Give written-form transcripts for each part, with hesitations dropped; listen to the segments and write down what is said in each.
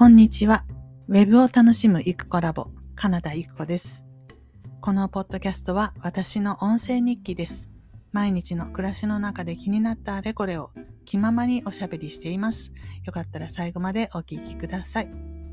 こんにちは。ウェブを楽しむイクコラボ、カナダイクコです。このポッドキャストは私の音声日記です。毎日の暮らしの中で気になったあれこれを気ままにおしゃべりしています。よかったら最後までお聞きください。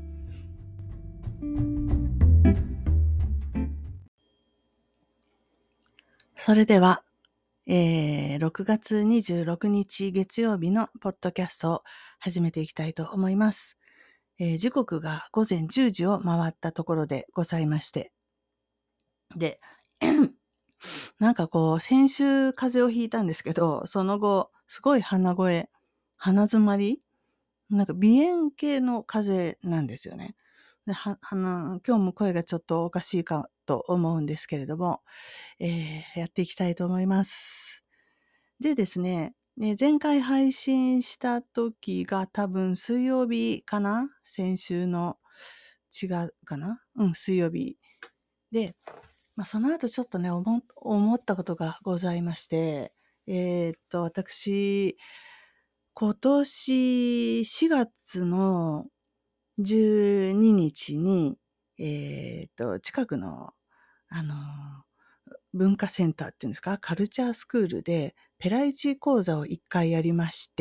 それでは、6月26日月曜日のポッドキャストを始めていきたいと思います。時刻が午前10時を回ったところでございまして。で、なんか先週風邪をひいたんですけど、その後、すごい鼻詰まりなんか鼻炎系の風邪なんですよね。で今日も声がちょっとおかしいかと思うんですけれども、やっていきたいと思います。でですね、前回配信した時が多分水曜日かな？先週の違うかな？水曜日。で、その後ちょっとね、思ったことがございまして、私、今年4月の12日に、近くの、文化センターっていうんですか、カルチャースクールで、ペライチ講座を1回やりまして、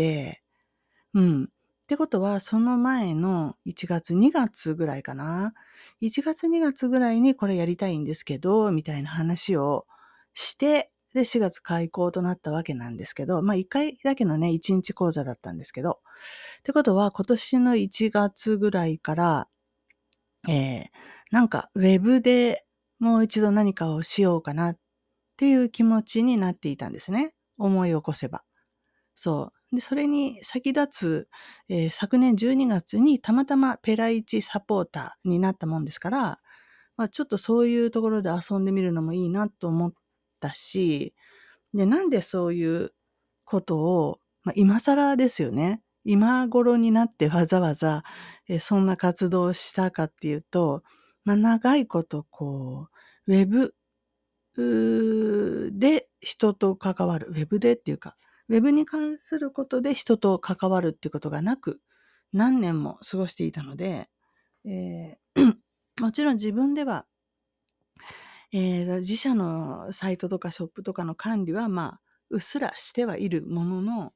ってことは、その前の1月、2月ぐらいかな。1月、2月ぐらいにこれやりたいんですけど、みたいな話をして、で、4月開講となったわけなんですけど、1回だけのね、1日講座だったんですけど、ってことは、今年の1月ぐらいから、なんか、ウェブでもう一度何かをしようかなっていう気持ちになっていたんですね。思い起こせば。そう。で、それに先立つ、昨年12月にたまたまペラ1サポーターになったもんですから、ちょっとそういうところで遊んでみるのもいいなと思ったし、で、なんでそういうことを、今更ですよね。今頃になってわざわざ、そんな活動をしたかっていうと、長いことウェブで人と関わる。ウェブでっていうか、ウェブに関することで人と関わるっていうことがなく、何年も過ごしていたので、もちろん自分では、自社のサイトとかショップとかの管理は、うっすらしてはいるものの、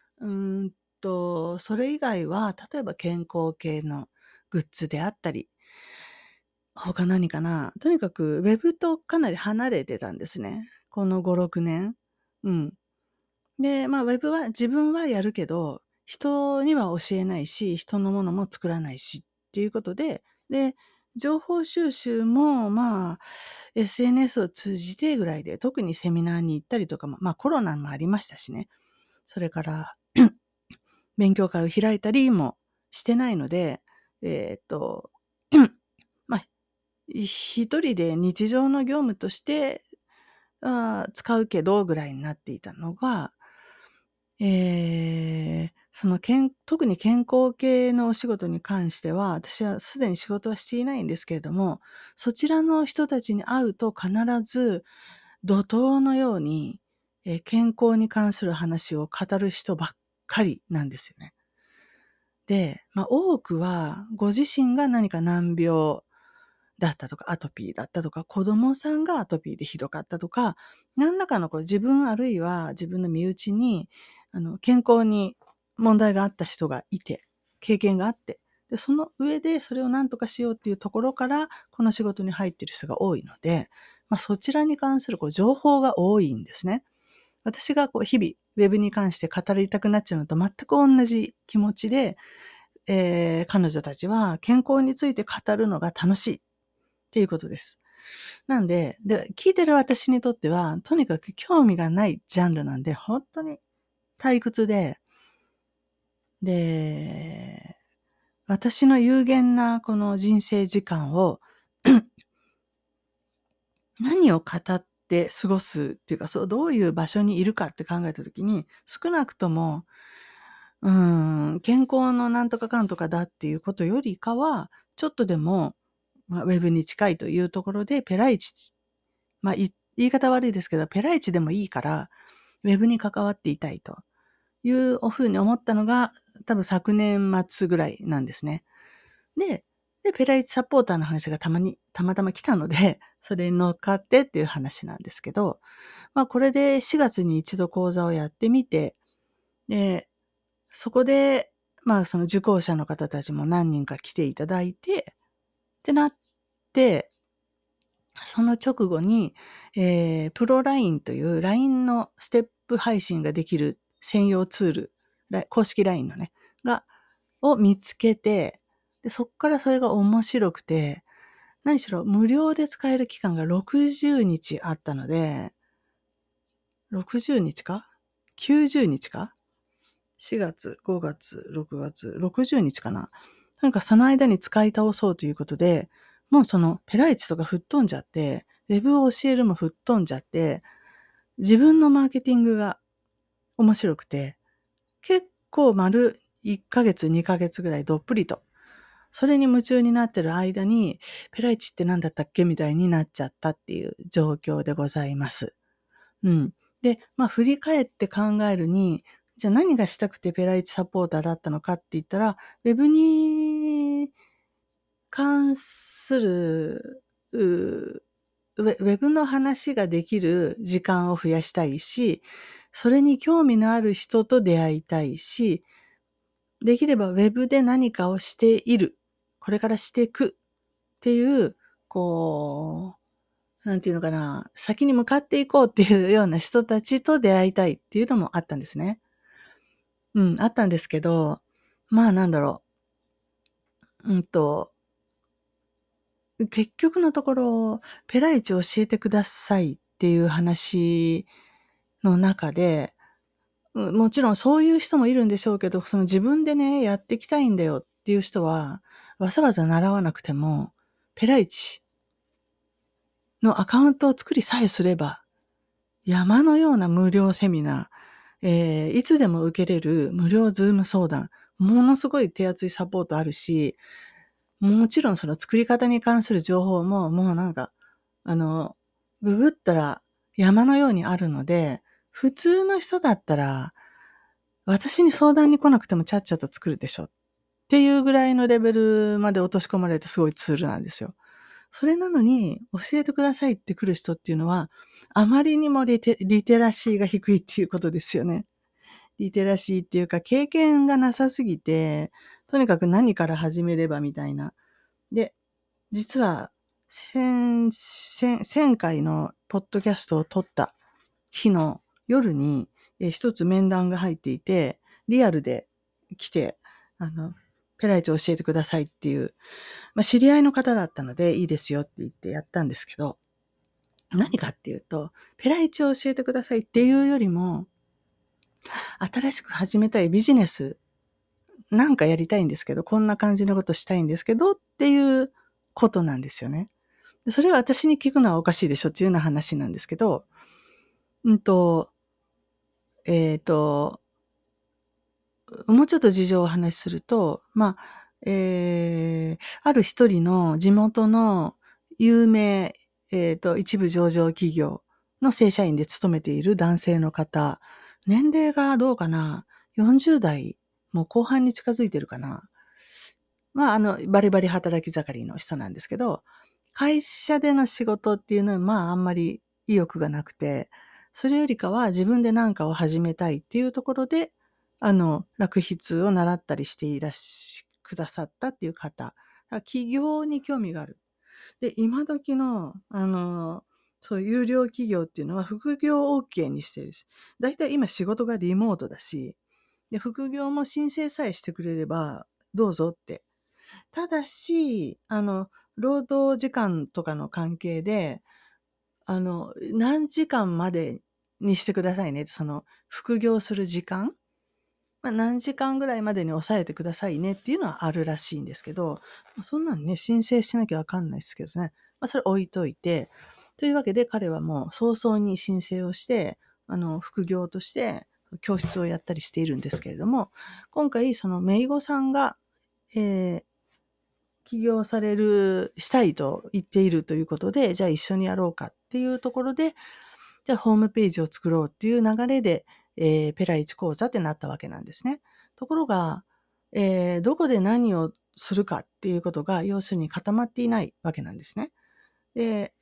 それ以外は、例えば健康系のグッズであったり、他何かな。とにかく、ウェブとかなり離れてたんですね。この5、6年。で、ウェブは自分はやるけど、人には教えないし、人のものも作らないしっていうことで、で、情報収集も、SNS を通じてぐらいで、特にセミナーに行ったりとかも、コロナもありましたしね。それから、勉強会を開いたりもしてないので、一人で日常の業務として使うけどぐらいになっていたのが、特に健康系のお仕事に関しては、私はすでに仕事はしていないんですけれども、そちらの人たちに会うと必ず怒涛のように、健康に関する話を語る人ばっかりなんですよね。で、多くはご自身が何か難病だったとか、アトピーだったとか、子供さんがアトピーでひどかったとか、何らかの自分あるいは自分の身内に、健康に問題があった人がいて、経験があって、で、その上でそれを何とかしようっていうところから、この仕事に入っている人が多いので、そちらに関する情報が多いんですね。私が日々、ウェブに関して語りたくなっちゃうのと全く同じ気持ちで、彼女たちは健康について語るのが楽しいっていうことです。なんで、聞いてる私にとっては、とにかく興味がないジャンルなんで、本当に退屈で、私の有限なこの人生時間を何を語って過ごすっていうか、どういう場所にいるかって考えたときに、少なくとも、健康のなんとかかんとかだっていうことよりかは、ちょっとでも、ウェブに近いというところで、ペライチ、言い方悪いですけど、ペライチでもいいから、ウェブに関わっていたいというふうに思ったのが、多分昨年末ぐらいなんですね。 で、ペライチサポーターの話がたまたま来たので、それに乗っかってっていう話なんですけど、これで4月に一度講座をやってみて、で、そこで、その受講者の方たちも何人か来ていただいて、ってなって、その直後に、プロ LINE という LINE のステップ配信ができる専用ツール、公式 LINE のね、を見つけて、で、そっからそれが面白くて、何しろ無料で使える期間が60日あったので、60日か ?90 日か ?4 月、5月、6月、60日かな。とにかくその間に使い倒そうということで、もうそのペライチとか吹っ飛んじゃって、ウェブを教えるも吹っ飛んじゃって、自分のマーケティングが面白くて、結構丸1ヶ月、2ヶ月ぐらいどっぷりと、それに夢中になってる間に、ペライチって何だったっけみたいになっちゃったっていう状況でございます。うん。で、振り返って考えるに、じゃあ何がしたくてペライチサポーターだったのかって言ったら、ウェブに関する、ウェブの話ができる時間を増やしたいし、それに興味のある人と出会いたいし、できればウェブで何かをしている、これからしていくっていう、なんていうのかな、先に向かっていこうっていうような人たちと出会いたいっていうのもあったんですね。あったんですけど、なんだろう。結局のところ、ペライチ教えてくださいっていう話の中で、もちろんそういう人もいるんでしょうけど、その自分でね、やっていきたいんだよっていう人は、わざわざ習わなくても、ペライチのアカウントを作りさえすれば、山のような無料セミナー、いつでも受けれる無料ズーム相談、ものすごい手厚いサポートあるし、もちろんその作り方に関する情報ももうググったら山のようにあるので、普通の人だったら、私に相談に来なくてもちゃっちゃと作るでしょっていうぐらいのレベルまで落とし込まれたすごいツールなんですよ。それなのに、教えてくださいって来る人っていうのは、あまりにもリテラシーが低いっていうことですよね。リテラシーっていうか、経験がなさすぎて、とにかく何から始めればみたいな。で、実は、前回のポッドキャストを撮った日の夜に、一つ面談が入っていて、リアルで来て、ペライチ教えてくださいっていう、知り合いの方だったのでいいですよって言ってやったんですけど、何かっていうと、ペライチを教えてくださいっていうよりも、新しく始めたいビジネス、なんかやりたいんですけど、こんな感じのことしたいんですけどっていうことなんですよね。それは私に聞くのはおかしいでしょっていうような話なんですけど、えっ、と、もうちょっと事情をお話しすると、ある一人の地元の有名、一部上場企業の正社員で勤めている男性の方、年齢がどうかな ?40 代、もう後半に近づいてるかな。バリバリ働き盛りの人なんですけど、会社での仕事っていうのは、あんまり意欲がなくて、それよりかは自分で何かを始めたいっていうところで、楽筆を習ったりしてくださったっていう方。起業に興味がある。で、今時の、そういう有料企業っていうのは副業 OK にしてるし、だいたい今仕事がリモートだし、で、副業も申請さえしてくれれば、どうぞって。ただし、労働時間とかの関係で、何時間までにしてくださいね。副業する時間何時間ぐらいまでに抑えてくださいねっていうのはあるらしいんですけど、そんなんね、申請しなきゃわかんないですけどね。それ置いといて、というわけで彼はもう早々に申請をして、副業として教室をやったりしているんですけれども、今回そのめいごさんが、起業したいと言っているということで、じゃあ一緒にやろうかっていうところで、じゃあホームページを作ろうっていう流れで、ペラ1講座ってなったわけなんですね。ところが、どこで何をするかっていうことが、要するに固まっていないわけなんですね。で、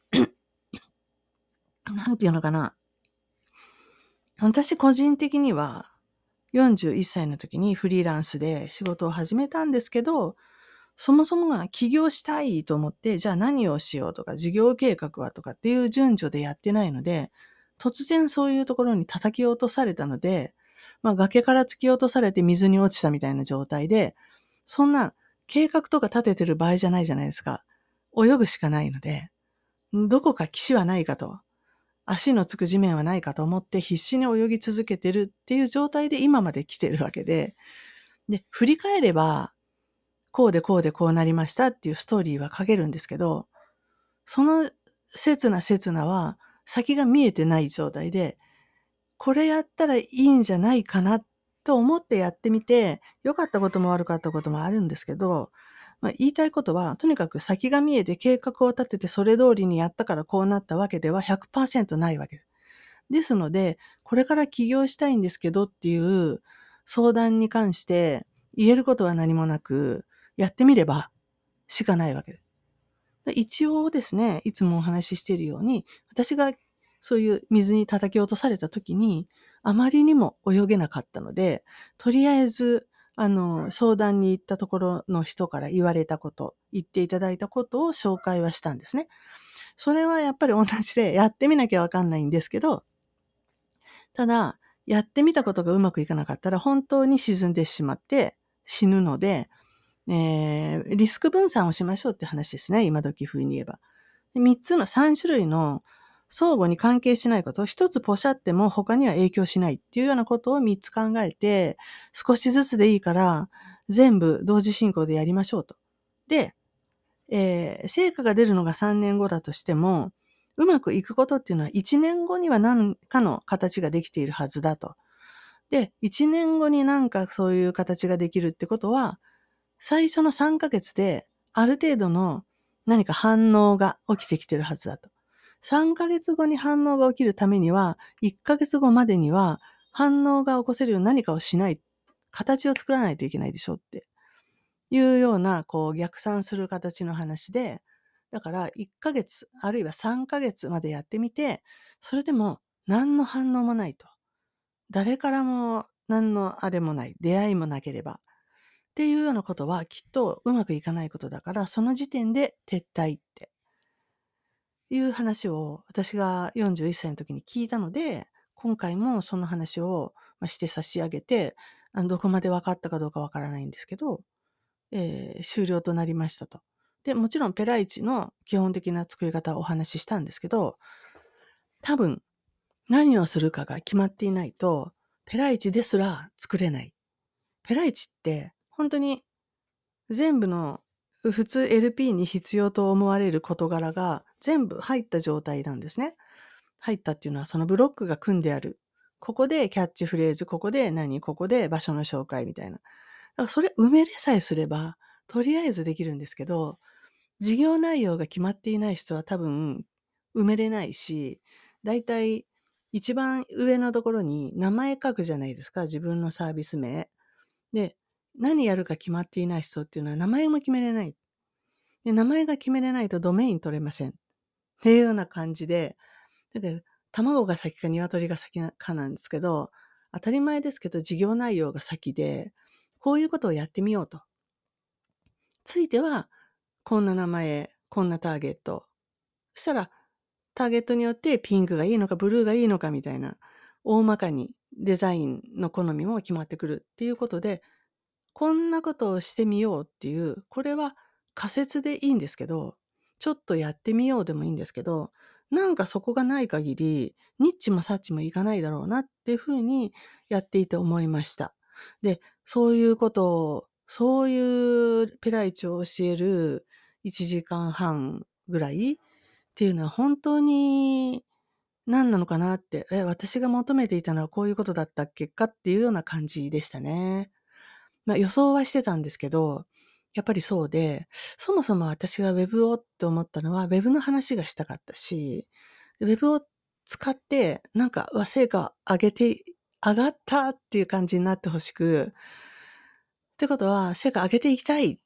なんていうのかな。私個人的には、41歳の時にフリーランスで仕事を始めたんですけど、そもそもが起業したいと思って、じゃあ何をしようとか、事業計画はとかっていう順序でやってないので、突然そういうところに叩き落とされたので、崖から突き落とされて水に落ちたみたいな状態で、そんな計画とか立ててる場合じゃないじゃないですか。泳ぐしかないので、どこか岸はないかと、足のつく地面はないかと思って必死に泳ぎ続けてるっていう状態で今まで来てるわけで、で、振り返れば、こうでこうでこうなりましたっていうストーリーは書けるんですけど、その刹那は先が見えてない状態で、これやったらいいんじゃないかなと思ってやってみて、良かったことも悪かったこともあるんですけど、言いたいことは、とにかく先が見えて計画を立ててそれ通りにやったからこうなったわけでは100%ないわけです。ですので、これから起業したいんですけどっていう相談に関して言えることは何もなく、やってみればしかないわけです。一応ですね、いつもお話ししているように、私がそういう水に叩き落とされた時に、あまりにも泳げなかったので、とりあえず、相談に行ったところの人から言われたこと、言っていただいたことを紹介はしたんですね。それはやっぱり同じで、やってみなきゃわかんないんですけど、ただ、やってみたことがうまくいかなかったら、本当に沈んでしまって死ぬので、リスク分散をしましょうって話ですね。今時風に言えば。3種類の相互に関係しないこと、1つポシャっても他には影響しないっていうようなことを3つ考えて、少しずつでいいから全部同時進行でやりましょうと。で、成果が出るのが3年後だとしても、うまくいくことっていうのは1年後には何かの形ができているはずだと。で、1年後になんかそういう形ができるってことは、最初の3ヶ月である程度の何か反応が起きてきてるはずだと。3ヶ月後に反応が起きるためには、1ヶ月後までには反応が起こせるように何かをしない、形を作らないといけないでしょっていうような、逆算する形の話で、だから1ヶ月、あるいは3ヶ月までやってみて、それでも何の反応もないと。誰からも何のあれもない。出会いもなければ。っていうようなことはきっとうまくいかないことだから、その時点で撤退っていう話を私が41歳の時に聞いたので、今回もその話をして差し上げて、どこまで分かったかどうかわからないんですけど、終了となりましたと。で、もちろんペライチの基本的な作り方をお話ししたんですけど、多分何をするかが決まっていないと、ペライチですら作れない。ペライチって本当に全部の普通 LP に必要と思われる事柄が全部入った状態なんですね。入ったっていうのはそのブロックが組んである。ここでキャッチフレーズ、ここでここで場所の紹介みたいな。だからそれ埋めれさえすれば、とりあえずできるんですけど、事業内容が決まっていない人は多分埋めれないし、だいたい一番上のところに名前書くじゃないですか、自分のサービス名。で、何やるか決まっていない人っていうのは名前も決めれない。で、名前が決めれないとドメイン取れません。っていうような感じで、だから卵が先か鶏が先かなんですけど、当たり前ですけど事業内容が先で、こういうことをやってみようと。ついては、こんな名前、こんなターゲット。そしたら、ターゲットによってピンクがいいのかブルーがいいのかみたいな、大まかにデザインの好みも決まってくるっていうことで、こんなことをしてみようっていう、これは仮説でいいんですけど、ちょっとやってみようでもいいんですけど、なんかそこがない限り、ニッチもサッチもいかないだろうなっていうふうにやっていて思いました。で、そういうことを、そういうペライチを教える1時間半ぐらいっていうのは本当に何なのかなって、私が求めていたのはこういうことだったっけかっていうような感じでしたね。予想はしてたんですけど、やっぱりそうで、そもそも私がウェブをって思ったのは、ウェブの話がしたかったし、ウェブを使って、なんか、成果上がったっていう感じになってほしく、ってことは、成果上げていきたい。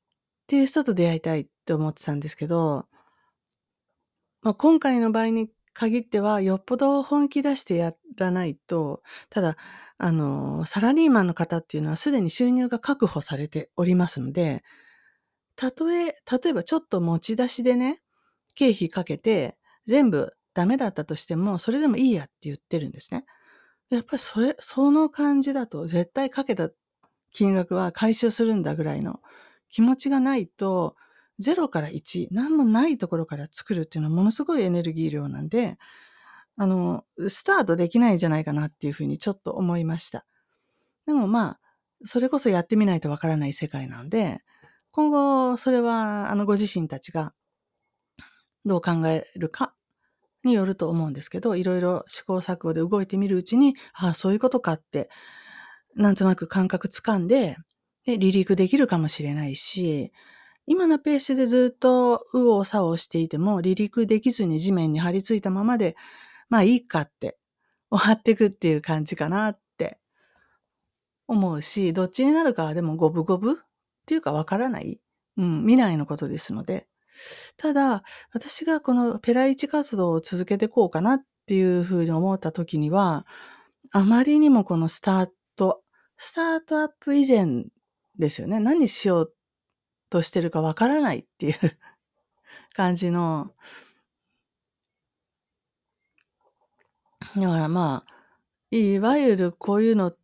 ていう人と出会いたいって思ってたんですけど、今回の場合に限っては、よっぽど本気出してやらないと、ただ、サラリーマンの方っていうのはすでに収入が確保されておりますので、例えばちょっと持ち出しでね、経費かけて、全部ダメだったとしても、それでもいいやって言ってるんですね。やっぱりその感じだと、絶対かけた金額は回収するんだぐらいの気持ちがないと、0から1、なんもないところから作るっていうのはものすごいエネルギー量なんで、スタートできないんじゃないかなっていうふうにちょっと思いました。でもそれこそやってみないとわからない世界なので、今後、それは、ご自身たちがどう考えるかによると思うんですけど、いろいろ試行錯誤で動いてみるうちに、ああ、そういうことかって、なんとなく感覚つかんで、離陸できるかもしれないし、今のペースでずっと右往左往していても、離陸できずに地面に張り付いたままで、いいかって終わっていくっていう感じかなって思うし、どっちになるかはでも五分五分っていうかわからない。未来のことですので。ただ、私がこのペライチ活動を続けていこうかなっていうふうに思った時には、あまりにもこのスタートアップ以前ですよね。何しようとしてるかわからないっていう感じの、だからいわゆるこういうのって、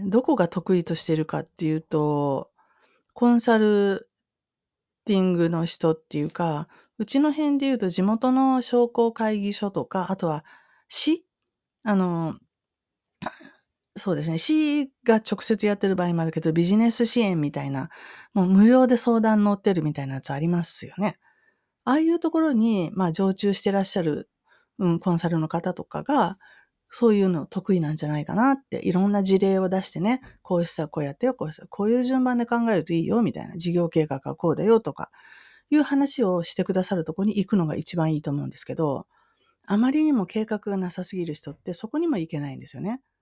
どこが得意としてるかっていうと、コンサルティングの人っていうか、うちの辺で言うと地元の商工会議所とか、あとは市あの、そうですね。市が直接やってる場合もあるけど、ビジネス支援みたいな、もう無料で相談乗ってるみたいなやつありますよね。ああいうところに、常駐してらっしゃる、コンサルの方とかが、そういうの得意なんじゃないかなって、いろんな事例を出してね、こうしたらこうやってよ、こうしたらこういう順番で考えるといいよ、みたいな、事業計画はこうだよとか、いう話をしてくださるところに行くのが一番いいと思うんですけど、あまりにも計画がなさすぎる人ってそこにも行けないんですよね。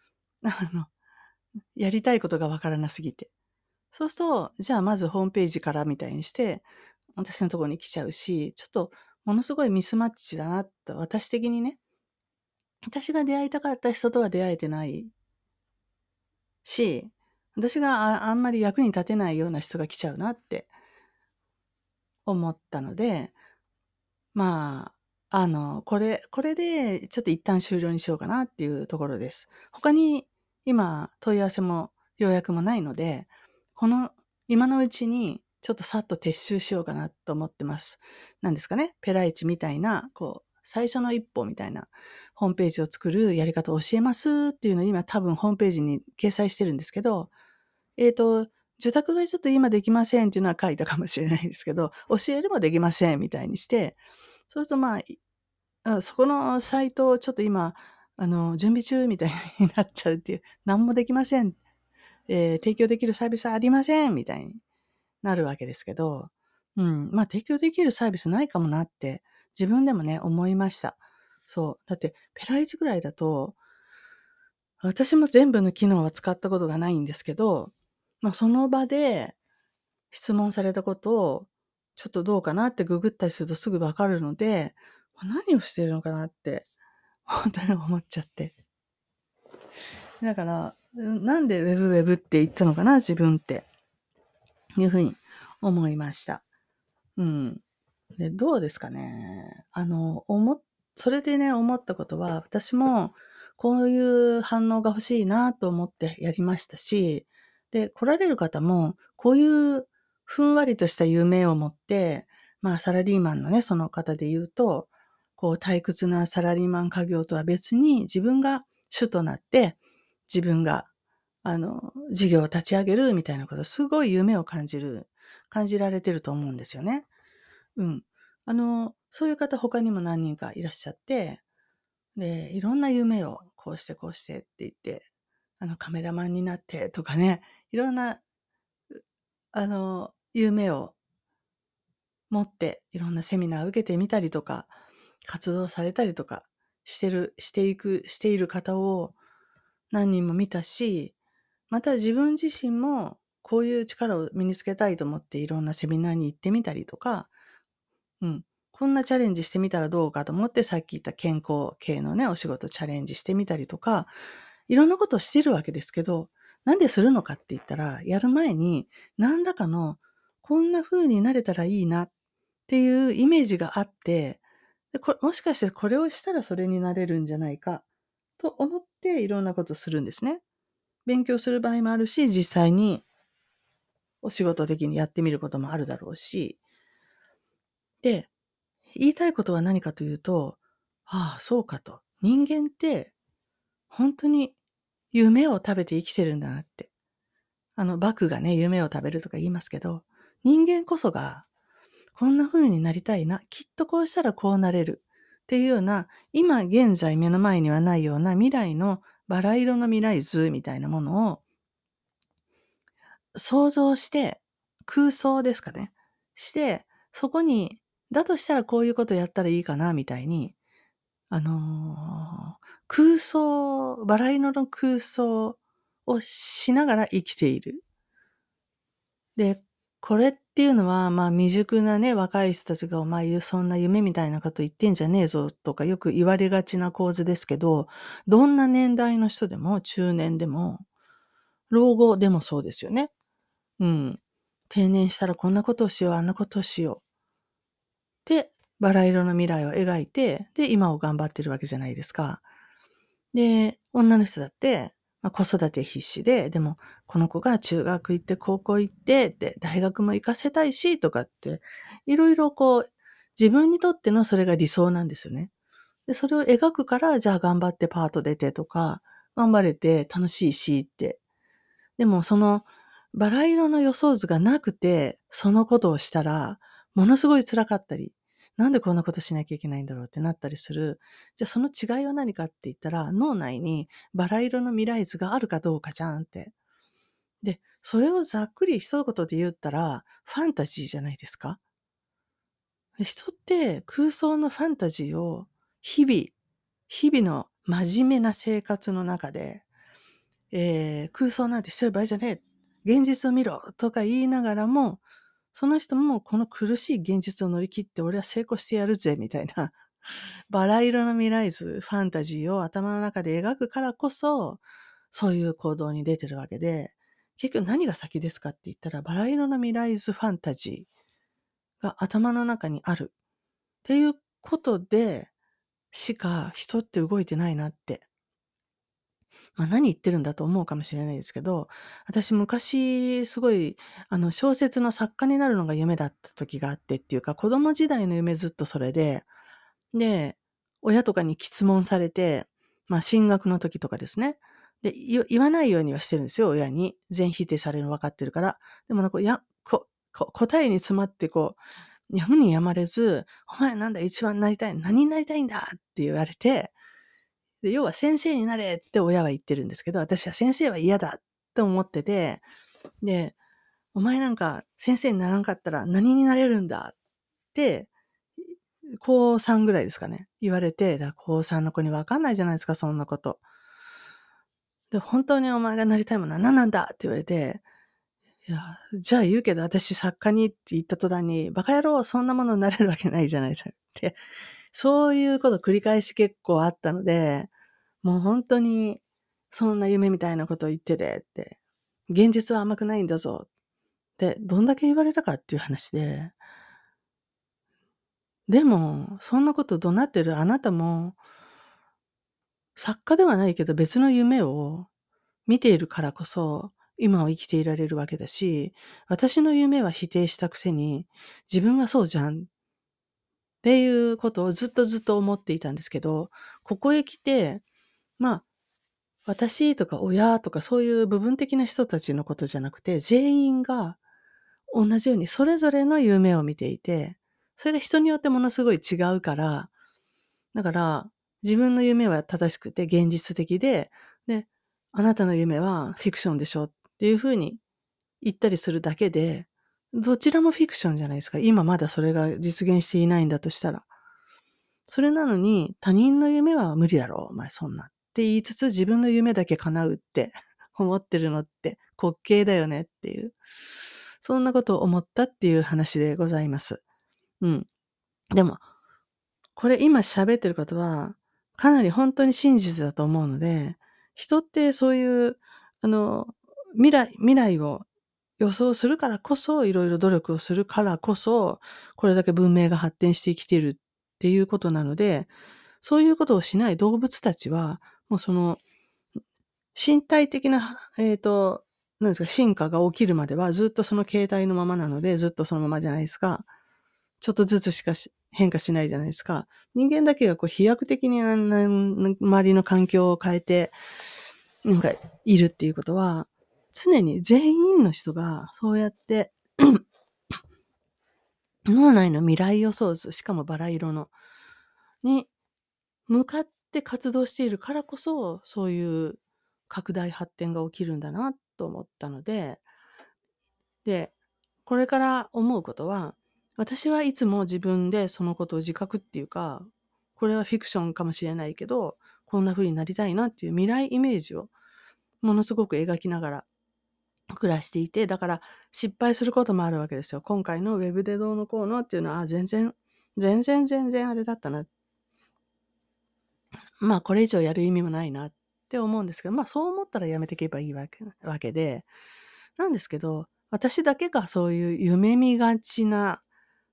やりたいことがわからなすぎて。そうすると、じゃあまずホームページからみたいにして、私のところに来ちゃうし、ちょっとものすごいミスマッチだなと、私的にね、私が出会いたかった人とは出会えてないし、私があんまり役に立てないような人が来ちゃうなって思ったので、これでちょっと一旦終了にしようかなっていうところです。他に今問い合わせも予約もないので、今のうちにちょっとさっと撤収しようかなと思ってます。なんですかね、ペライチみたいな、最初の一歩みたいなホームページを作るやり方を教えますっていうのを今多分ホームページに掲載してるんですけど、受託がちょっと今できませんっていうのは書いたかもしれないですけど、教えればできませんみたいにして、そうするとそこのサイトをちょっと今、準備中みたいになっちゃうっていう、何もできません、提供できるサービスはありませんみたいになるわけですけど、提供できるサービスないかもなって自分でもね、思いました。そう。だって、ペライチぐらいだと、私も全部の機能は使ったことがないんですけど、その場で質問されたことを、ちょっとどうかなってググったりするとすぐわかるので、何をしてるのかなって、本当に思っちゃって。だから、なんでウェブって言ったのかな、自分って。いうふうに思いました。うん。で、どうですかね。それでね、思ったことは、私もこういう反応が欲しいなと思ってやりましたし、で、来られる方も、こういうふんわりとした夢を持って、サラリーマンのね、その方で言うと、退屈なサラリーマン家業とは別に自分が主となって、自分が、事業を立ち上げるみたいなこと、すごい夢を感じられてると思うんですよね。うん。そういう方他にも何人かいらっしゃって、で、いろんな夢をこうしてこうしてって言って、カメラマンになってとかね、いろんな、夢を持って、いろんなセミナーを受けてみたりとか、活動されたりとかしている方を何人も見たし、また自分自身もこういう力を身につけたいと思っていろんなセミナーに行ってみたりとか、こんなチャレンジしてみたらどうかと思ってさっき言った健康系のね、お仕事チャレンジしてみたりとか、いろんなことをしてるわけですけど、なんでするのかって言ったら、やる前に何らかのこんな風になれたらいいなっていうイメージがあって、でもしかしてこれをしたらそれになれるんじゃないかと思っていろんなことをするんですね。勉強する場合もあるし、実際にお仕事的にやってみることもあるだろうし。で、言いたいことは何かというと、ああ、そうかと。人間って本当に夢を食べて生きてるんだなって。バクがね、夢を食べるとか言いますけど、人間こそがこんな風になりたいな、きっとこうしたらこうなれるっていうような、今現在目の前にはないような未来のバラ色の未来図みたいなものを想像して、空想ですかね。して、そこに、だとしたらこういうことやったらいいかな、みたいに、あの空想、バラ色の空想をしながら生きている。で、これっていうのは、未熟なね、若い人たちが、お前、そんな夢みたいなこと言ってんじゃねえぞ、とかよく言われがちな構図ですけど、どんな年代の人でも、中年でも、老後でもそうですよね。定年したらこんなことをしよう、あんなことをしよう。で、バラ色の未来を描いて、で、今を頑張ってるわけじゃないですか。で、女の人だって、子育て必死で、でも、この子が中学行って、高校行って、で、大学も行かせたいし、とかって、いろいろ自分にとってのそれが理想なんですよね。で、それを描くから、じゃあ頑張ってパート出てとか、頑張れて楽しいしって。でも、その、バラ色の予想図がなくて、そのことをしたら、ものすごい辛かったり、なんでこんなことしなきゃいけないんだろうってなったりする。じゃあその違いは何かって言ったら、脳内にバラ色の未来図があるかどうかじゃんって。で、それをざっくり一言で言ったら、ファンタジーじゃないですか。で人って空想のファンタジーを日々の真面目な生活の中で、空想なんてしてる場合じゃねえ。現実を見ろとか言いながらも、その人もこの苦しい現実を乗り切って俺は成功してやるぜみたいなバラ色の未来図、ファンタジーを頭の中で描くからこそ、そういう行動に出てるわけで、結局何が先ですかって言ったら、バラ色の未来図ファンタジーが頭の中にあるっていうことでしか人って動いてないなって何言ってるんだと思うかもしれないですけど、私昔すごい、小説の作家になるのが夢だった時があってっていうか、子供時代の夢ずっとそれで、親とかに詰問されて、進学の時とかですね。で、言わないようにはしてるんですよ、親に。全否定されるの分かってるから。でも答えに詰まってやむにやまれず、お前なんだ一番なりたい、何になりたいんだって言われて、で、要は先生になれって親は言ってるんですけど、私は先生は嫌だって思ってて、で、お前なんか先生にならんかったら何になれるんだって、高3ぐらいですかね。言われて、高3の子に分かんないじゃないですか、そんなこと。で、本当にお前がなりたいものは何なんだって言われて、いや、じゃあ言うけど私作家にって言った途端に、バカ野郎そんなものになれるわけないじゃないですかって。そういうこと繰り返し結構あったので、もう本当に、そんな夢みたいなことを言っててって、現実は甘くないんだぞって、どんだけ言われたかっていう話で、でも、そんなこと怒鳴ってるあなたも、作家ではないけど別の夢を見ているからこそ、今を生きていられるわけだし、私の夢は否定したくせに、自分はそうじゃんっていうことをずっとずっと思っていたんですけど、ここへ来て、まあ、私とか親とかそういう部分的な人たちのことじゃなくて、全員が同じようにそれぞれの夢を見ていて、それが人によってものすごい違うから、だから自分の夢は正しくて現実的で、あなたの夢はフィクションでしょっていうふうに言ったりするだけで、どちらもフィクションじゃないですか。今まだそれが実現していないんだとしたら。それなのに他人の夢は無理だろう、お前そんな。って言いつつ自分の夢だけ叶うって思ってるのって滑稽だよねっていう、そんなことを思ったっていう話でございます。うん。でも、これ今喋ってることは、かなり本当に真実だと思うので、人ってそういう、あの、未来を予想するからこそ、いろいろ努力をするからこそ、これだけ文明が発展してきているっていうことなので、そういうことをしない動物たちは、もうその、身体的な、なんですか、進化が起きるまではずっとその形態のままなので、ずっとそのままじゃないですか。ちょっとずつしか変化しないじゃないですか。人間だけがこう飛躍的に周りの環境を変えて、なんかいるっていうことは、常に全員の人がそうやって脳内の未来予想図、しかもバラ色の、に向かって活動しているからこそ、そういう拡大発展が起きるんだなと思ったので、で、これから思うことは、私はいつも自分でそのことを自覚っていうか、これはフィクションかもしれないけど、こんな風になりたいなっていう未来イメージをものすごく描きながら暮らしていて、だから失敗することもあるわけですよ。今回のウェブでどうのこうのっていうのは、全然あれだったな。まあこれ以上やる意味もないなって思うんですけど、まあそう思ったらやめていけばいいわけで、なんですけど、私だけがそういう夢見がちな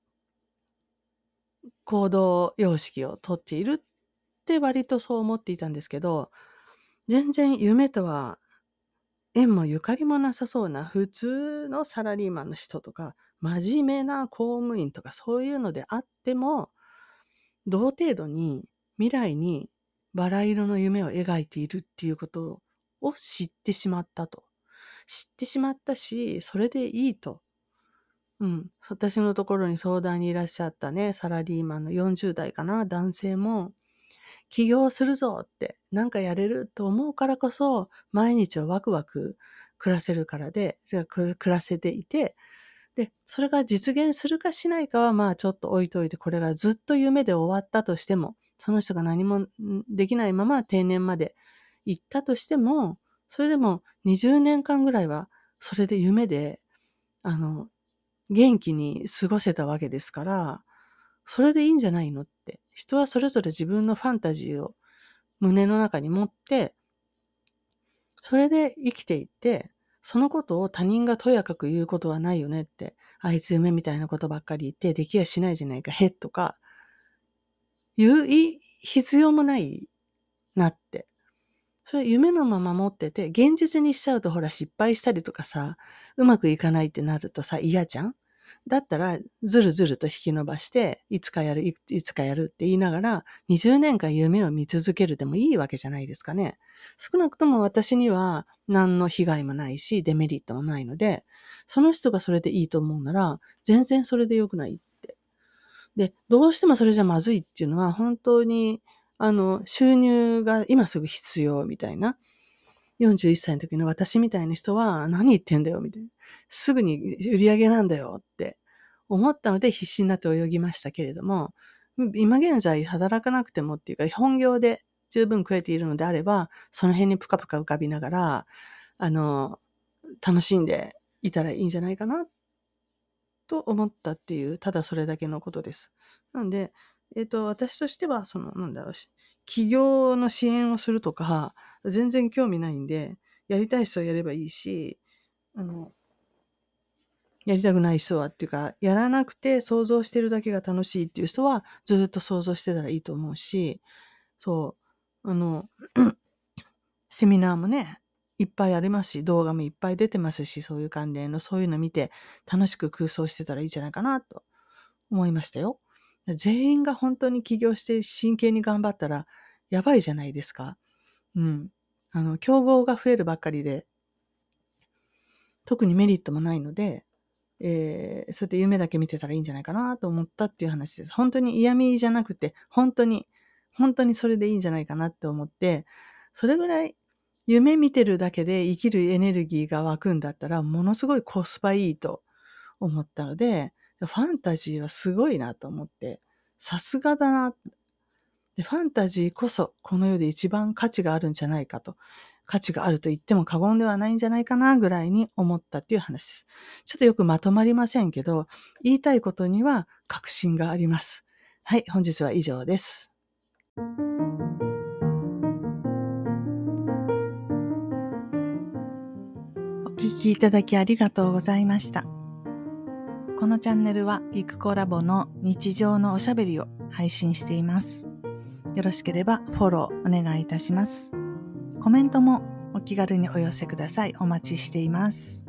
行動様式をとっているって割とそう思っていたんですけど、全然夢とは縁もゆかりもなさそうな普通のサラリーマンの人とか、真面目な公務員とかそういうのであっても、同程度に未来にバラ色の夢を描いているっていうことを知ってしまったと。知ってしまったし、それでいいと。うん。私のところに相談にいらっしゃったね、サラリーマンの40代かな、男性も、起業するぞって、なんかやれると思うからこそ、毎日をワクワク暮らせるからで、暮らせていて、で、それが実現するかしないかは、まあちょっと置いといて、これがずっと夢で終わったとしても、その人が何もできないまま定年まで行ったとしても、それでも20年間ぐらいは、それで夢で、あの、元気に過ごせたわけですから、それでいいんじゃないのって。人はそれぞれ自分のファンタジーを胸の中に持って、それで生きていって、そのことを他人がとやかく言うことはないよねって、あいつ夢みたいなことばっかり言ってできやしないじゃないか、へっとか、言う必要もないなって。それ夢のまま持ってて、現実にしちゃうとほら失敗したりとかさ、うまくいかないってなるとさ、嫌じゃん。だったら、ずるずると引き伸ばして、いつかやるって言いながら、20年間夢を見続けるでもいいわけじゃないですかね。少なくとも私には何の被害もないし、デメリットもないので、その人がそれでいいと思うなら、全然それで良くないって。で、どうしてもそれじゃまずいっていうのは、本当に、収入が今すぐ必要みたいな。41歳の時の私みたいな人は何言ってんだよみたいな。すぐに売り上げなんだよって思ったので必死になって泳ぎましたけれども、今現在働かなくてもっていうか本業で十分食えているのであれば、その辺にぷかぷか浮かびながら、楽しんでいたらいいんじゃないかなと思ったっていう、ただそれだけのことです。なんで、私としては、起業の支援をするとか、全然興味ないんで、やりたい人はやればいいし、やりたくない人はっていうか、やらなくて想像してるだけが楽しいっていう人は、ずっと想像してたらいいと思うし、そう、セミナーもね、いっぱいありますし、動画もいっぱい出てますし、そういう関連の、そういうの見て、楽しく空想してたらいいんじゃないかなと思いましたよ。全員が本当に起業して真剣に頑張ったら、やばいじゃないですか。うん。競合が増えるばっかりで、特にメリットもないので、そうやって夢だけ見てたらいいんじゃないかなと思ったっていう話です。本当に嫌味じゃなくて、本当にそれでいいんじゃないかなって思って、それぐらい夢見てるだけで生きるエネルギーが湧くんだったら、ものすごいコスパいいと思ったので、ファンタジーはすごいなと思って、さすがだな。で、ファンタジーこそこの世で一番価値があるんじゃないかと。 価値があると言っても過言ではないんじゃないかなぐらいに思ったっていう話です。ちょっとよくまとまりませんけど、言いたいことには確信があります。はい、本日は以上です。お聞きいただきありがとうございました。このチャンネルはゆくこラボの日常のおしゃべりを配信しています。よろしければフォローお願いいたします。コメントもお気軽にお寄せください。お待ちしています。